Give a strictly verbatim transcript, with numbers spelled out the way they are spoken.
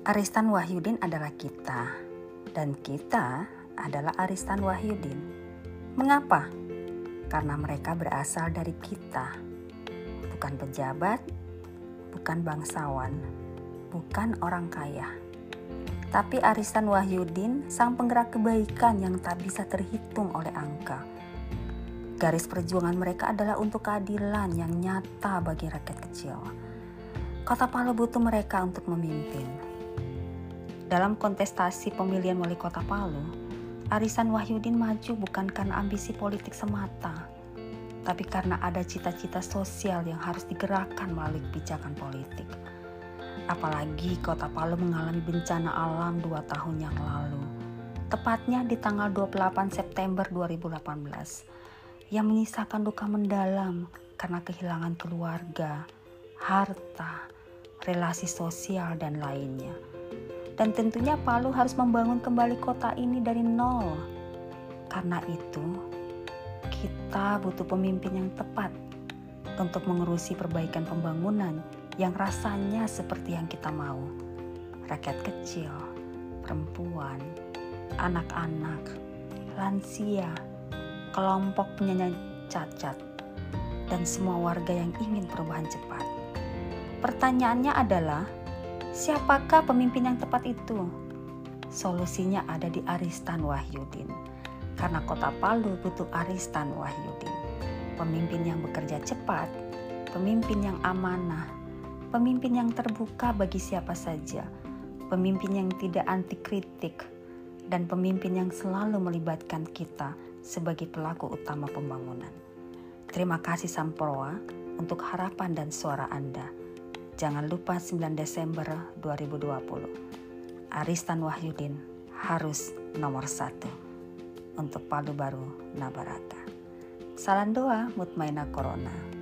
Aristan Wahyudin adalah kita, dan kita adalah Aristan Wahyudin. Mengapa? Karena mereka berasal dari kita, bukan pejabat, bukan bangsawan, bukan orang kaya. Tapi Aristan Wahyudin, sang penggerak kebaikan yang tak bisa terhitung oleh angka. Garis perjuangan mereka adalah untuk keadilan yang nyata bagi rakyat kecil. Kota Palu butuh mereka untuk memimpin. Dalam kontestasi pemilihan wali kota Palu, Aristan Wahyudin maju bukan karena ambisi politik semata, tapi karena ada cita-cita sosial yang harus digerakkan melalui kebijakan politik. Apalagi kota Palu mengalami bencana alam dua tahun yang lalu, tepatnya di tanggal dua puluh delapan September dua ribu delapan belas, yang menyisakan duka mendalam karena kehilangan keluarga, harta, relasi sosial, dan lainnya. Dan tentunya Palu harus membangun kembali kota ini dari nol. Karena itu, kita butuh pemimpin yang tepat untuk mengurusi perbaikan pembangunan yang rasanya seperti yang kita mau. Rakyat kecil, perempuan, anak-anak, lansia, kelompok penyandang cacat, dan semua warga yang ingin perubahan cepat. Pertanyaannya adalah, siapakah pemimpin yang tepat itu? Solusinya ada di Aristan Wahyudin. Karena kota Palu butuh Aristan Wahyudin. Pemimpin yang bekerja cepat, pemimpin yang amanah, pemimpin yang terbuka bagi siapa saja, pemimpin yang tidak anti kritik, dan pemimpin yang selalu melibatkan kita sebagai pelaku utama pembangunan. Terima kasih Sampurna untuk harapan dan suara Anda. Jangan lupa sembilan Desember dua ribu dua puluh, Aristan Wahyudin harus nomor satu untuk Palu Baru Nabaraka. Salam doa Mutmainah Corona.